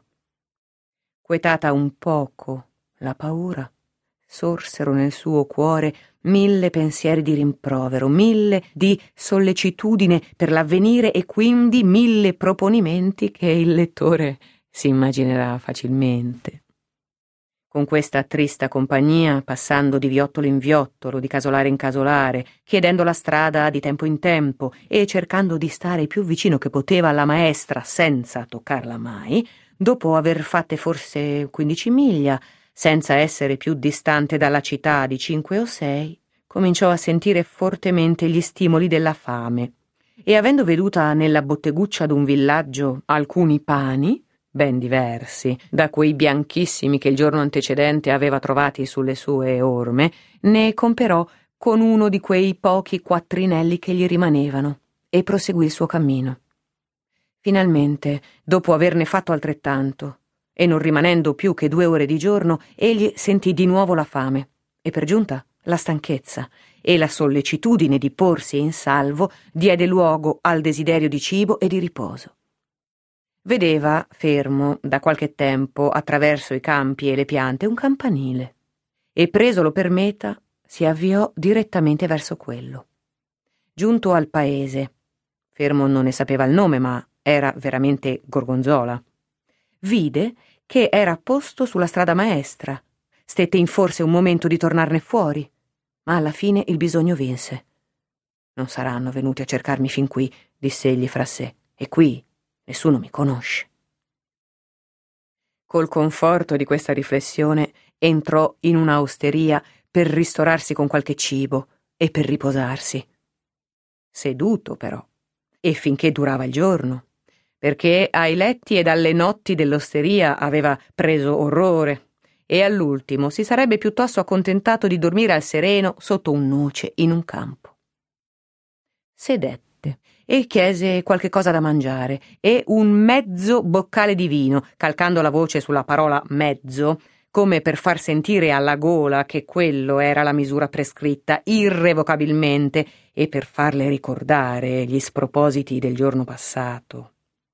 Quetata un poco la paura, sorsero nel suo cuore 1000 pensieri di rimprovero, 1000 di sollecitudine per l'avvenire e quindi 1000 proponimenti che il lettore si immaginerà facilmente. Con questa trista compagnia, passando di viottolo in viottolo, di casolare in casolare, chiedendo la strada di tempo in tempo e cercando di stare più vicino che poteva alla maestra senza toccarla mai, dopo aver fatte forse 15 miglia, senza essere più distante dalla città di 5 o 6, cominciò a sentire fortemente gli stimoli della fame, e avendo veduta nella botteguccia d'un villaggio alcuni pani, ben diversi da quei bianchissimi che il giorno antecedente aveva trovati sulle sue orme, ne comperò con uno di quei pochi quattrinelli che gli rimanevano e proseguì il suo cammino. Finalmente, dopo averne fatto altrettanto, e non rimanendo più che 2 ore di giorno, egli sentì di nuovo la fame e per giunta la stanchezza, e la sollecitudine di porsi in salvo diede luogo al desiderio di cibo e di riposo. Vedeva, fermo da qualche tempo attraverso i campi e le piante, un campanile, e presolo per meta si avviò direttamente verso quello. Giunto al paese, Fermo non ne sapeva il nome, ma era veramente Gorgonzola, vide che era posto sulla strada maestra. Stette in forse un momento di tornarne fuori, ma alla fine il bisogno vinse. Non saranno venuti a cercarmi fin qui, diss'egli fra sé, e qui nessuno mi conosce. Col conforto di questa riflessione entrò in una osteria per ristorarsi con qualche cibo e per riposarsi. Seduto però, e finché durava il giorno, perché ai letti ed alle notti dell'osteria aveva preso orrore e all'ultimo si sarebbe piuttosto accontentato di dormire al sereno sotto un noce in un campo. Sedette e chiese qualche cosa da mangiare e un mezzo boccale di vino, calcando la voce sulla parola mezzo, come per far sentire alla gola che quello era la misura prescritta irrevocabilmente e per farle ricordare gli spropositi del giorno passato.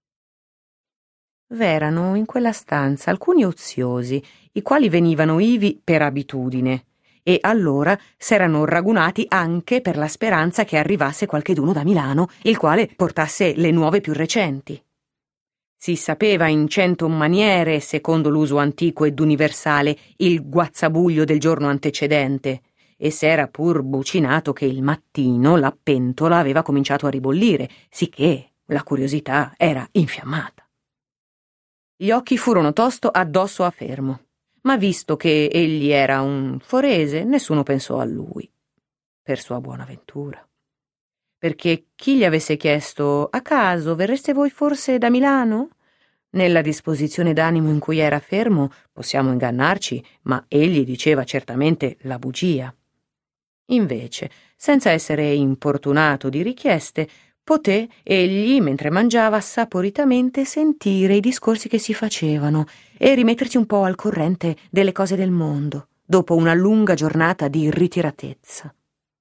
V'erano in quella stanza alcuni oziosi, i quali venivano ivi per abitudine, e allora s'erano ragunati anche per la speranza che arrivasse qualcheduno da Milano, il quale portasse le nuove più recenti. Si sapeva in 100 maniere, secondo l'uso antico ed universale, il guazzabuglio del giorno antecedente, e s'era pur bucinato che il mattino la pentola aveva cominciato a ribollire, sicché la curiosità era infiammata. Gli occhi furono tosto addosso a Fermo, ma visto che egli era un forese, nessuno pensò a lui, per sua buona ventura. Perché chi gli avesse chiesto: a caso verreste voi forse da Milano? Nella disposizione d'animo in cui era Fermo, possiamo ingannarci, ma egli diceva certamente la bugia. Invece, senza essere importunato di richieste, poté egli, mentre mangiava, saporitamente sentire i discorsi che si facevano e rimettersi un po' al corrente delle cose del mondo, dopo una lunga giornata di ritiratezza.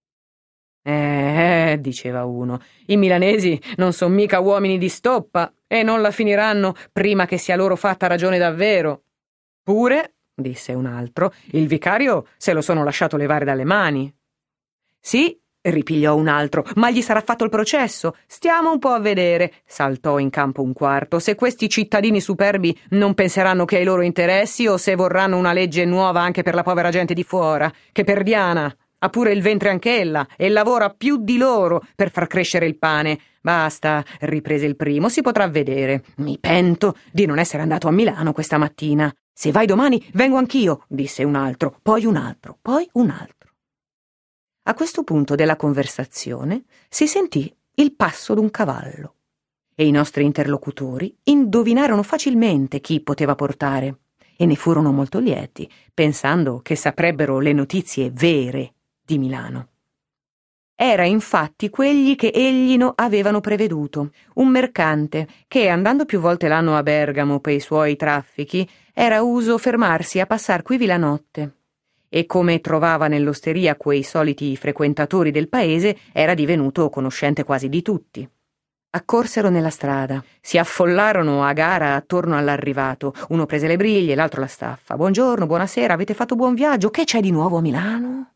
Diceva uno, i milanesi non son mica uomini di stoppa e non la finiranno prima che sia loro fatta ragione davvero. Pure, disse un altro, il vicario se lo sono lasciato levare dalle mani. Sì, ripigliò un altro, ma gli sarà fatto il processo. Stiamo un po' a vedere, saltò in campo un quarto, se questi cittadini superbi non penseranno che ai loro interessi o se vorranno una legge nuova anche per la povera gente di fuora, che per Diana ha pure il ventre anch'ella e lavora più di loro per far crescere il pane. Basta, riprese il primo, si potrà vedere. Mi pento di non essere andato a Milano questa mattina. Se vai domani vengo anch'io, disse un altro, poi un altro, poi un altro. A questo punto della conversazione si sentì il passo d'un cavallo e i nostri interlocutori indovinarono facilmente chi poteva portare e ne furono molto lieti, pensando che saprebbero le notizie vere di Milano. Era infatti quegli che egli no avevano preveduto, un mercante che, andando più volte l'anno a Bergamo per i suoi traffici, era uso fermarsi a passar quivi la notte. E come trovava nell'osteria quei soliti frequentatori del paese, era divenuto conoscente quasi di tutti. Accorsero nella strada, si affollarono a gara attorno all'arrivato. Uno prese le briglie, l'altro la staffa. Buongiorno, buonasera, avete fatto buon viaggio? Che c'è di nuovo a Milano?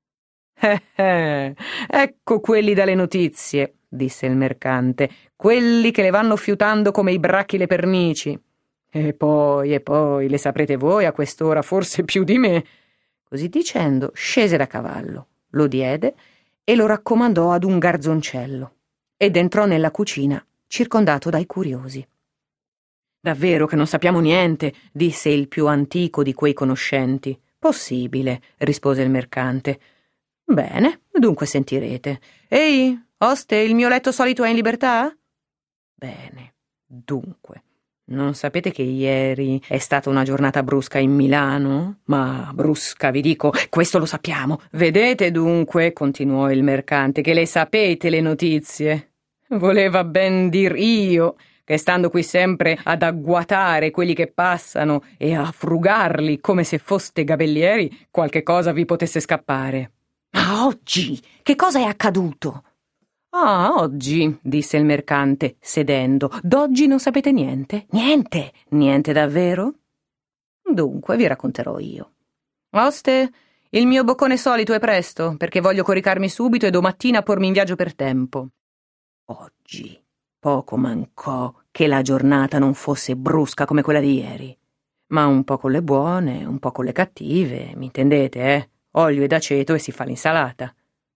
Ecco quelli dalle notizie, disse il mercante, quelli che le vanno fiutando come i bracchi le pernici. E poi, le saprete voi a quest'ora forse più di me. Così dicendo, scese da cavallo, lo diede e lo raccomandò ad un garzoncello ed entrò nella cucina, circondato dai curiosi. Davvero che non sappiamo niente, disse il più antico di quei conoscenti. Possibile, rispose il mercante. Bene, dunque sentirete. Ehi, oste, il mio letto solito è in libertà? Bene, dunque. Non sapete che ieri è stata una giornata brusca in Milano? Ma brusca, vi dico, questo lo sappiamo. Vedete dunque, continuò il mercante, che le sapete le notizie. Voleva ben dir io, che stando qui sempre ad agguatare quelli che passano e a frugarli come se foste gabellieri, qualche cosa vi potesse scappare. Ma oggi, che cosa è accaduto? Ah, oggi, disse il mercante, sedendo. D'oggi non sapete niente? Niente? Niente davvero? Dunque, vi racconterò io. Oste, il mio boccone solito è presto, perché voglio coricarmi subito e domattina pormi in viaggio per tempo. Oggi poco mancò che la giornata non fosse brusca come quella di ieri, ma un po' con le buone, un po' con le cattive, mi intendete, eh? Olio ed aceto e si fa l'insalata.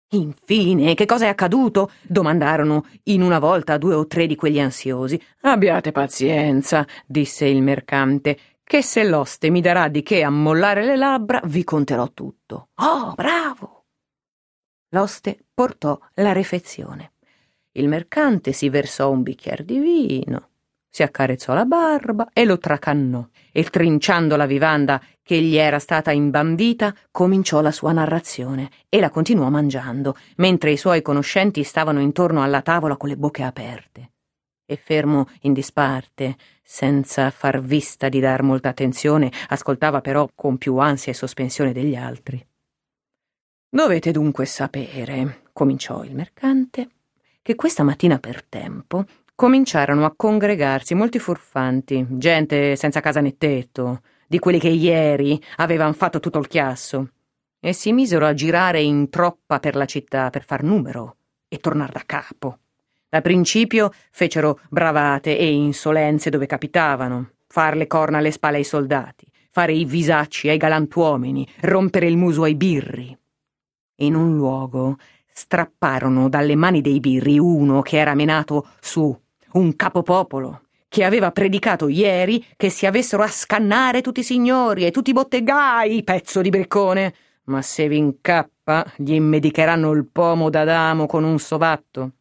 Infine, che cosa è accaduto? Domandarono in una volta 2 o 3 di quegli ansiosi. Abbiate pazienza, disse il mercante, che se l'oste mi darà di che ammollare le labbra, vi conterò tutto. Oh, bravo! L'oste portò la refezione. Il mercante si versò un bicchier di vino, si accarezzò la barba e lo tracannò, e trinciando la vivanda che gli era stata imbambita, cominciò la sua narrazione e la continuò mangiando, mentre i suoi conoscenti stavano intorno alla tavola con le bocche aperte. E fermo in disparte, senza far vista di dar molta attenzione, ascoltava però con più ansia e sospensione degli altri. «Dovete dunque sapere», cominciò il mercante, «che questa mattina per tempo cominciarono a congregarsi molti furfanti, gente senza casa né tetto, di quelli che ieri avevan fatto tutto il chiasso, e si misero a girare in troppa per la città per far numero e tornar da capo. Da principio fecero bravate e insolenze dove capitavano, far le corna alle spalle ai soldati, fare i visacci ai galantuomini, rompere il muso ai birri. In un luogo strapparono dalle mani dei birri uno che era menato su, un capopopolo, che aveva predicato ieri che si avessero a scannare tutti i signori e tutti i bottegai, pezzo di briccone, ma se vi incappa gli immedicheranno il pomo d'Adamo con un sovatto.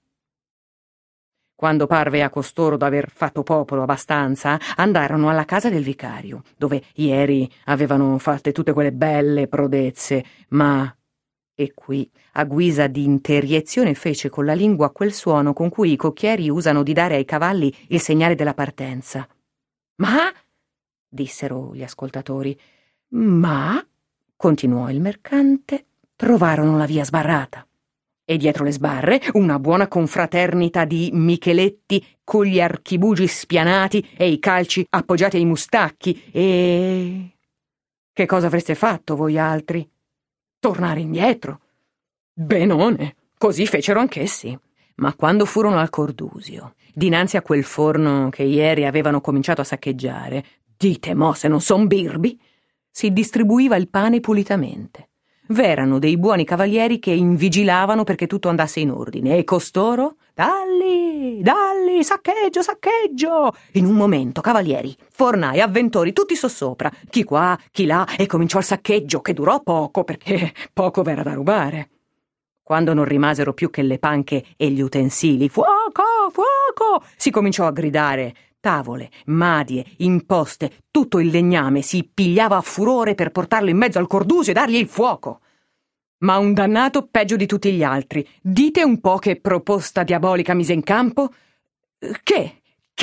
Quando parve a costoro d'aver fatto popolo abbastanza, andarono alla casa del vicario, dove ieri avevano fatte tutte quelle belle prodezze, ma... E qui, a guisa di interiezione, fece con la lingua quel suono con cui i cocchieri usano di dare ai cavalli il segnale della partenza. «Ma?» dissero gli ascoltatori. «Ma?» continuò il mercante. «Trovarono la via sbarrata. E dietro le sbarre una buona confraternita di Micheletti con gli archibugi spianati e i calci appoggiati ai mustacchi e... Che cosa avreste fatto voi altri? Tornare indietro? Benone, così fecero anch'essi. Ma quando furono al Cordusio, dinanzi a quel forno che ieri avevano cominciato a saccheggiare, dite mo se non son birbi, si distribuiva il pane pulitamente. V'erano dei buoni cavalieri che invigilavano perché tutto andasse in ordine, e costoro, dalli, saccheggio, saccheggio! In un momento, cavalieri, fornai, avventori, tutti sossopra, chi qua, chi là, e cominciò il saccheggio, che durò poco, perché poco v'era da rubare. Quando non rimasero più che le panche e gli utensili, fuoco, fuoco, si cominciò a gridare. Tavole, madie, imposte, tutto il legname si pigliava a furore per portarlo in mezzo al Cordusio e dargli il fuoco. Ma un dannato peggio di tutti gli altri. Dite un po' che proposta diabolica mise in campo? Che?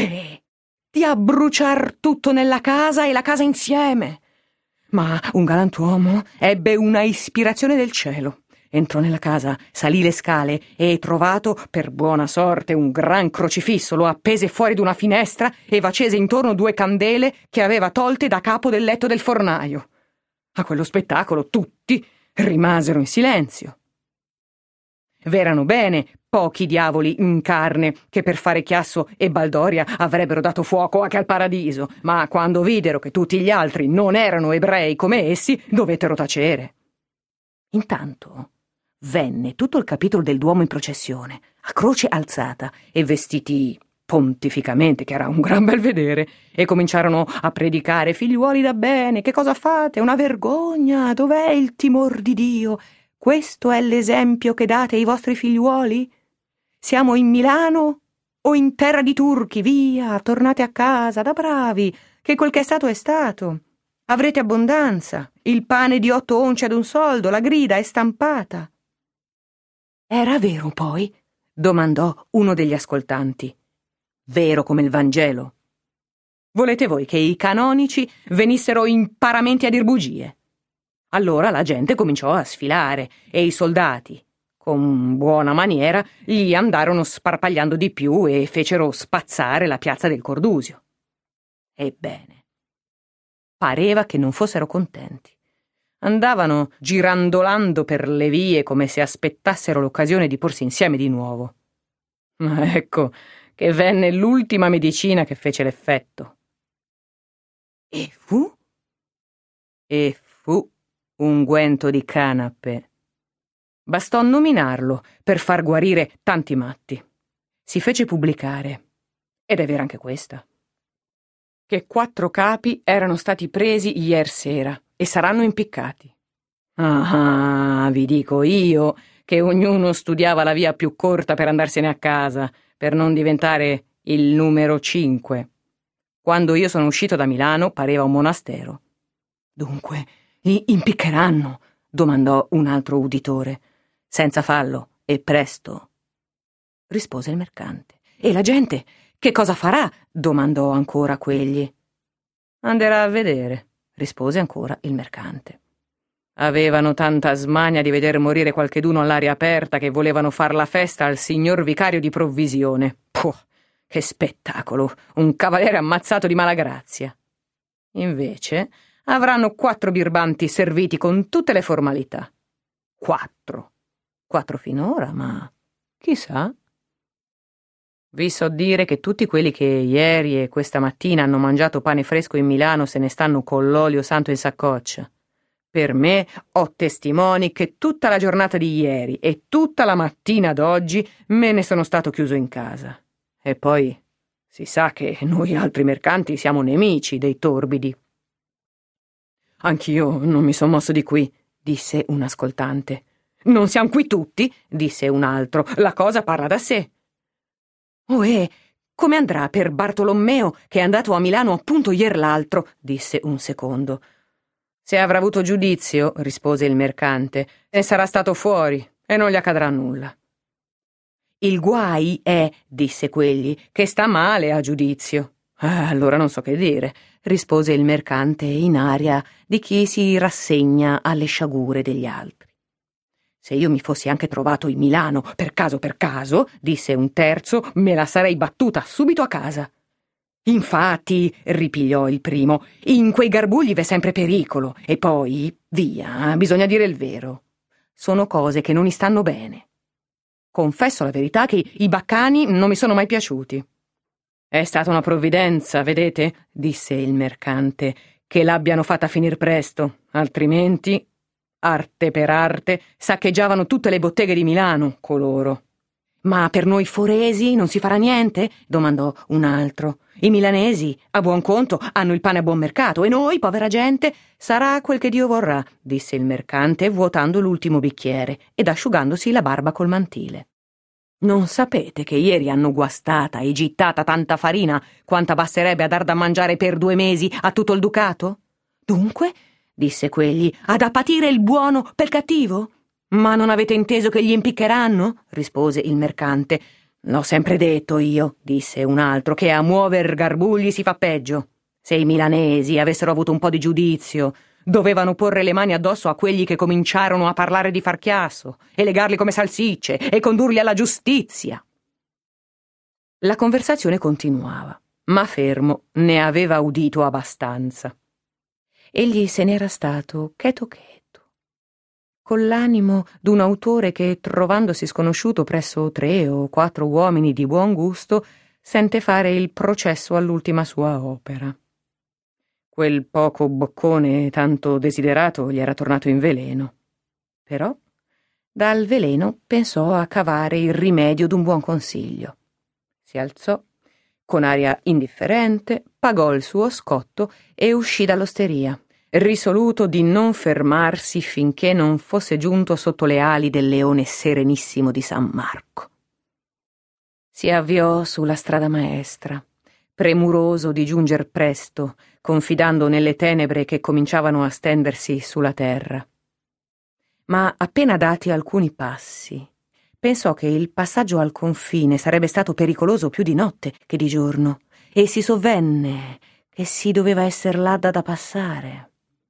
Di abbruciar tutto nella casa e la casa insieme. Ma un galantuomo ebbe una ispirazione del cielo. Entrò nella casa, salì le scale e, trovato per buona sorte un gran crocifisso, lo appese fuori d'una finestra e v'accese intorno 2 candele che aveva tolte da capo del letto del fornaio. A quello spettacolo tutti rimasero in silenzio. V'erano bene pochi diavoli in carne che per fare chiasso e baldoria avrebbero dato fuoco anche al paradiso, ma quando videro che tutti gli altri non erano ebrei come essi, dovettero tacere. Intanto venne tutto il capitolo del Duomo in processione, a croce alzata e vestiti pontificamente, che era un gran bel vedere, e cominciarono a predicare: figliuoli da bene, che cosa fate? Una vergogna, dov'è il timor di Dio? Questo è l'esempio che date ai vostri figliuoli? Siamo in Milano o in terra di turchi? Via, tornate a casa, da bravi, che quel che è stato. Avrete abbondanza, il pane di 8 once ad un soldo, la grida è stampata. «Era vero, poi?» domandò uno degli ascoltanti. «Vero come il Vangelo. Volete voi che i canonici venissero imparamenti a dir bugie?» Allora la gente cominciò a sfilare e i soldati, con buona maniera, gli andarono sparpagliando di più e fecero spazzare la piazza del Cordusio. Ebbene, pareva che non fossero contenti. Andavano girandolando per le vie come se aspettassero l'occasione di porsi insieme di nuovo. Ma ecco che venne l'ultima medicina che fece l'effetto. E fu unguento di canape. Bastò nominarlo per far guarire tanti matti. Si fece pubblicare, ed è vera anche questa, che 4 capi erano stati presi ier sera e saranno impiccati. Ah, vi dico io che ognuno studiava la via più corta per andarsene a casa, per non diventare il numero 5. Quando io sono uscito da Milano pareva un monastero. Dunque, li impiccheranno? Domandò un altro uditore. Senza fallo e presto, rispose il mercante. E la gente che cosa farà? Domandò ancora quegli. Anderà a vedere, rispose ancora il mercante. Avevano tanta smania di veder morire qualcheduno all'aria aperta che volevano far la festa al signor vicario di provvisione. Puh, che spettacolo! Un cavaliere ammazzato di malagrazia. Invece avranno 4 birbanti serviti con tutte le formalità. 4 finora, ma chissà. Vi so dire che tutti quelli che ieri e questa mattina hanno mangiato pane fresco in Milano se ne stanno con l'olio santo in saccoccia. Per me ho testimoni che tutta la giornata di ieri e tutta la mattina d'oggi me ne sono stato chiuso in casa. E poi si sa che noi altri mercanti siamo nemici dei torbidi. Anch'io non mi son mosso di qui, disse un ascoltante. Non siamo qui tutti, disse un altro. La cosa parla da sé. Ohè, come andrà per Bartolommeo che è andato a Milano appunto ier l'altro, disse un secondo. Se avrà avuto giudizio, rispose il mercante, ne sarà stato fuori e non gli accadrà nulla. Il guai è, disse quegli, che sta male a giudizio. Allora non so che dire, rispose il mercante in aria di chi si rassegna alle sciagure degli altri. Se io mi fossi anche trovato in Milano, per caso, disse un terzo, me la sarei battuta subito a casa. Infatti, ripigliò il primo, in quei garbugli v'è sempre pericolo, e poi, via, bisogna dire il vero. Sono cose che non mi stanno bene. Confesso la verità che i baccani non mi sono mai piaciuti. È stata una provvidenza, vedete, disse il mercante, che l'abbiano fatta finir presto, altrimenti, arte per arte, saccheggiavano tutte le botteghe di Milano, coloro. Ma per noi foresi non si farà niente? Domandò un altro. I milanesi, a buon conto, hanno il pane a buon mercato e noi, povera gente, sarà quel che Dio vorrà, disse il mercante, vuotando l'ultimo bicchiere ed asciugandosi la barba col mantile. Non sapete che ieri hanno guastata e gittata tanta farina quanta basterebbe a dar da mangiare per 2 mesi a tutto il ducato? Dunque, disse quegli, ha da patire il buono pel cattivo? Ma non avete inteso che gli impiccheranno? Rispose il mercante. L'ho sempre detto io, disse un altro, che a muover garbugli si fa peggio. Se i milanesi avessero avuto un po' di giudizio, dovevano porre le mani addosso a quelli che cominciarono a parlare di far chiasso e legarli come salsicce e condurli alla giustizia. La conversazione continuava, ma Fermo ne aveva udito abbastanza. Egli se n'era stato cheto con l'animo d'un autore che, trovandosi sconosciuto presso 3 o 4 uomini di buon gusto, sente fare il processo all'ultima sua opera. Quel poco boccone tanto desiderato gli era tornato in veleno. Però dal veleno pensò a cavare il rimedio d'un buon consiglio. Si alzò, con aria indifferente, pagò il suo scotto e uscì dall'osteria, risoluto di non fermarsi finché non fosse giunto sotto le ali del leone serenissimo di San Marco. Si avviò sulla strada maestra, premuroso di giunger presto, confidando nelle tenebre che cominciavano a stendersi sulla terra. Ma appena dati alcuni passi, pensò che il passaggio al confine sarebbe stato pericoloso più di notte che di giorno, e si sovvenne che si doveva esser là da passare.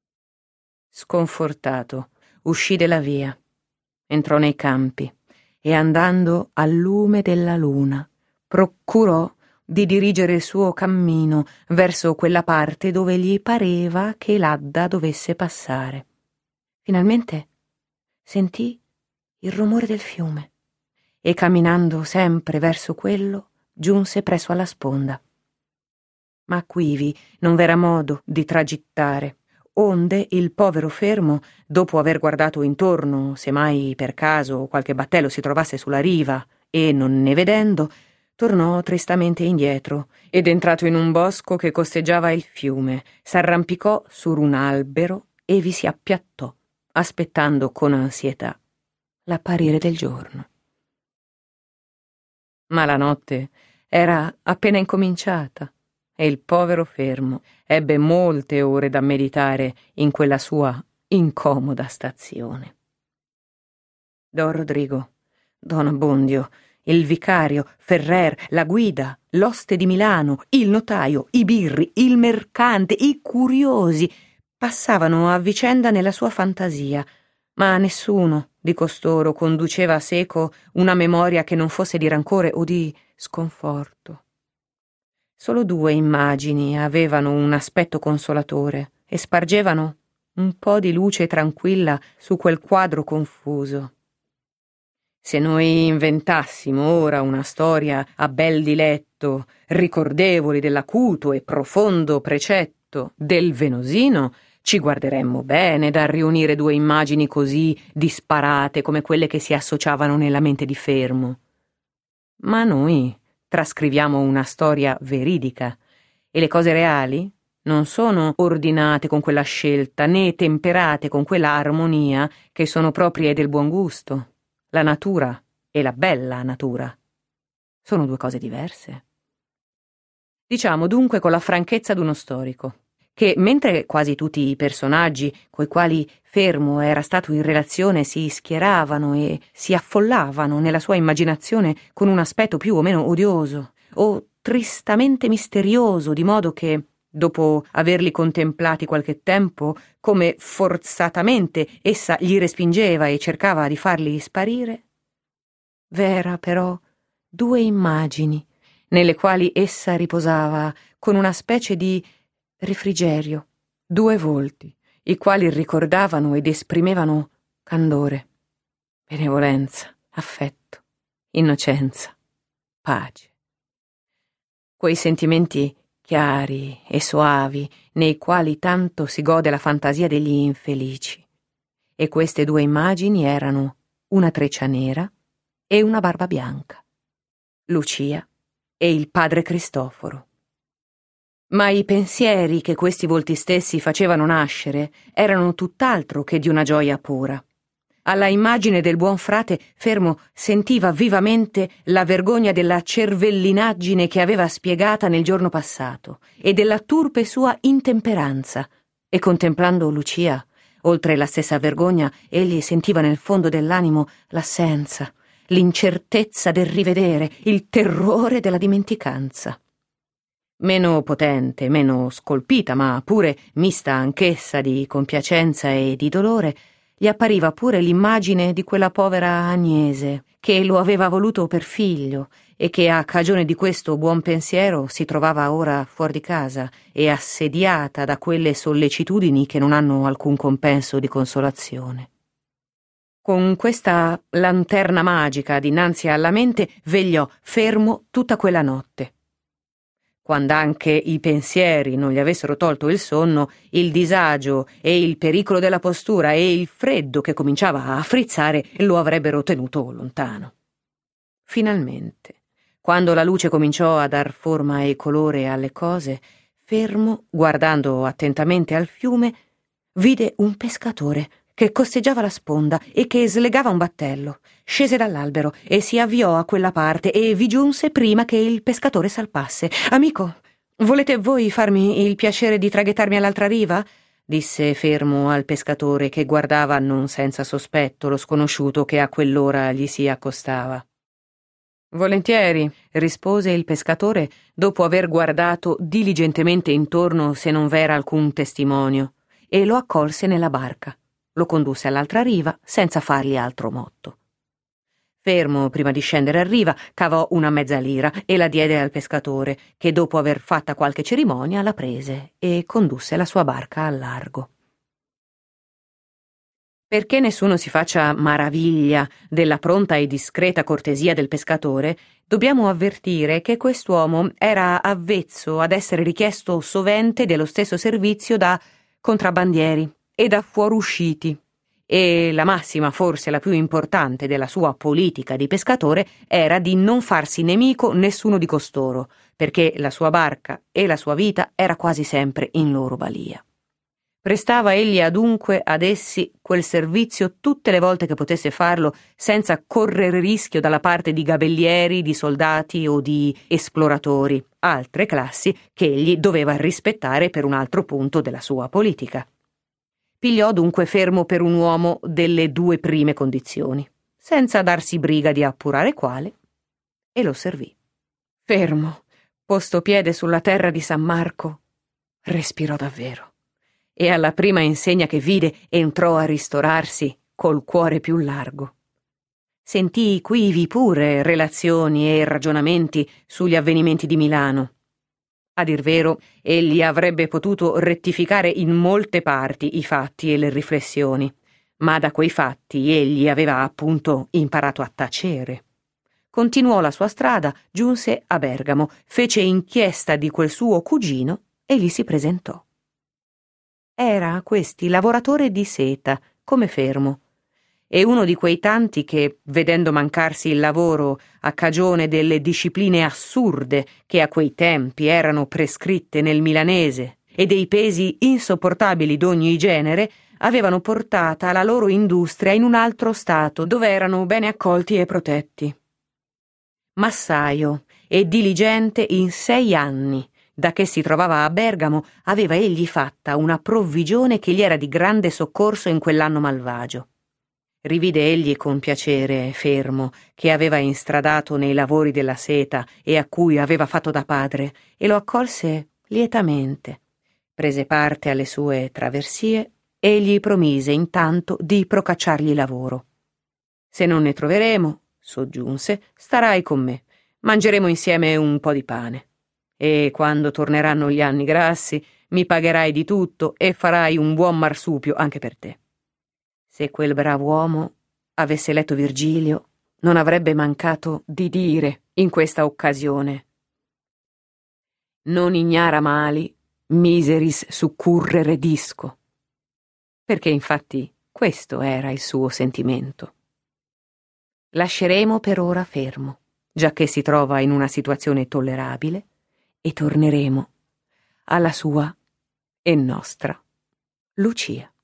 Sconfortato, uscì della via, entrò nei campi e, andando al lume della luna, procurò di dirigere il suo cammino verso quella parte dove gli pareva che l'Adda dovesse passare. Finalmente sentì il rumore del fiume e, camminando sempre verso quello, giunse presso alla sponda. Ma quivi non v'era modo di tragittare. Onde il povero Fermo, dopo aver guardato intorno, se mai per caso qualche battello si trovasse sulla riva, e non ne vedendo, tornò tristamente indietro ed entrato in un bosco che costeggiava il fiume, s'arrampicò su un albero e vi si appiattò, aspettando con ansietà l'apparire del giorno. Ma la notte era appena incominciata e il povero Fermo ebbe molte ore da meditare in quella sua incomoda stazione. Don Rodrigo, Don Abbondio, il vicario, Ferrer, la guida, l'oste di Milano, il notaio, i birri, il mercante, i curiosi passavano a vicenda nella sua fantasia, ma nessuno di costoro conduceva a seco una memoria che non fosse di rancore o di sconforto. Solo 2 immagini avevano un aspetto consolatore e spargevano un po' di luce tranquilla su quel quadro confuso. Se noi inventassimo ora una storia a bel diletto, ricordevoli dell'acuto e profondo precetto del Venosino, ci guarderemmo bene dal riunire 2 immagini così disparate come quelle che si associavano nella mente di Fermo. Ma noi trascriviamo una storia veridica e le cose reali non sono ordinate con quella scelta né temperate con quella armonia che sono proprie del buon gusto. La natura e la bella natura sono 2 cose diverse. Diciamo dunque con la franchezza d'uno storico che, mentre quasi tutti i personaggi coi quali Fermo era stato in relazione si schieravano e si affollavano nella sua immaginazione con un aspetto più o meno odioso o tristamente misterioso, di modo che, dopo averli contemplati qualche tempo, come forzatamente essa gli respingeva e cercava di farli sparire, v'era però 2 immagini nelle quali essa riposava con una specie di rifrigerio, 2 volti, i quali ricordavano ed esprimevano candore, benevolenza, affetto, innocenza, pace. Quei sentimenti chiari e soavi nei quali tanto si gode la fantasia degli infelici. E queste 2 immagini erano una treccia nera e una barba bianca, Lucia e il padre Cristoforo. Ma i pensieri che questi volti stessi facevano nascere erano tutt'altro che di una gioia pura. Alla immagine del buon frate Fermo sentiva vivamente la vergogna della cervellinaggine che aveva spiegata nel giorno passato e della turpe sua intemperanza, e contemplando Lucia, oltre la stessa vergogna, egli sentiva nel fondo dell'animo l'assenza, l'incertezza del rivedere, il terrore della dimenticanza. Meno potente, meno scolpita, ma pure mista anch'essa di compiacenza e di dolore, gli appariva pure l'immagine di quella povera Agnese, che lo aveva voluto per figlio e che a cagione di questo buon pensiero si trovava ora fuori di casa e assediata da quelle sollecitudini che non hanno alcun compenso di consolazione. Con questa lanterna magica dinanzi alla mente vegliò Fermo tutta quella notte. Quand'anche i pensieri non gli avessero tolto il sonno, il disagio e il pericolo della postura e il freddo che cominciava a frizzare lo avrebbero tenuto lontano. Finalmente, quando la luce cominciò a dar forma e colore alle cose, Fermo, guardando attentamente al fiume, vide un pescatore che costeggiava la sponda e che slegava un battello. Scese dall'albero e si avviò a quella parte e vi giunse prima che il pescatore salpasse. «Amico, volete voi farmi il piacere di traghettarmi all'altra riva?» disse Fermo al pescatore, che guardava non senza sospetto lo sconosciuto che a quell'ora gli si accostava. «Volentieri», rispose il pescatore, dopo aver guardato diligentemente intorno se non v'era alcun testimonio, e lo accolse nella barca. Lo condusse all'altra riva senza fargli altro motto. Fermo, prima di scendere a riva, cavò una mezza lira e la diede al pescatore, che dopo aver fatta qualche cerimonia la prese e condusse la sua barca al largo. Perché nessuno si faccia maraviglia della pronta e discreta cortesia del pescatore, dobbiamo avvertire che quest'uomo era avvezzo ad essere richiesto sovente dello stesso servizio da contrabbandieri e da fuorusciti. E la massima, forse la più importante della sua politica di pescatore, era di non farsi nemico nessuno di costoro, perché la sua barca e la sua vita era quasi sempre in loro balia. Prestava egli adunque ad essi quel servizio tutte le volte che potesse farlo, senza correre rischio dalla parte di gabellieri, di soldati o di esploratori, altre classi che egli doveva rispettare per un altro punto della sua politica. Pigliò dunque Fermo per un uomo delle due prime condizioni, senza darsi briga di appurare quale, e lo servì. Fermo, posto piede sulla terra di San Marco, respirò davvero, e alla prima insegna che vide entrò a ristorarsi col cuore più largo. Sentì quivi pure relazioni e ragionamenti sugli avvenimenti di Milano. A dir vero, egli avrebbe potuto rettificare in molte parti i fatti e le riflessioni, ma da quei fatti egli aveva appunto imparato a tacere. Continuò la sua strada, giunse a Bergamo, fece inchiesta di quel suo cugino e gli si presentò. Era questi lavoratore di seta, come Fermo, e uno di quei tanti che, vedendo mancarsi il lavoro a cagione delle discipline assurde che a quei tempi erano prescritte nel milanese e dei pesi insopportabili d'ogni genere, avevano portata la loro industria in un altro stato dove erano bene accolti e protetti. Massaio e diligente in 6 anni, da che si trovava a Bergamo, aveva egli fatta una provvigione che gli era di grande soccorso in quell'anno malvagio. Rivide egli con piacere Fermo, che aveva instradato nei lavori della seta e a cui aveva fatto da padre, e lo accolse lietamente. Prese parte alle sue traversie e gli promise intanto di procacciargli lavoro. «Se non ne troveremo», soggiunse, «starai con me. Mangeremo insieme un po' di pane. E quando torneranno gli anni grassi, mi pagherai di tutto e farai un buon marsupio anche per te». Se quel brav'uomo avesse letto Virgilio, non avrebbe mancato di dire in questa occasione: «Non ignara mali, miseris succurrere disco», perché infatti questo era il suo sentimento. Lasceremo per ora Fermo, giacché si trova in una situazione tollerabile, e torneremo alla sua e nostra Lucia.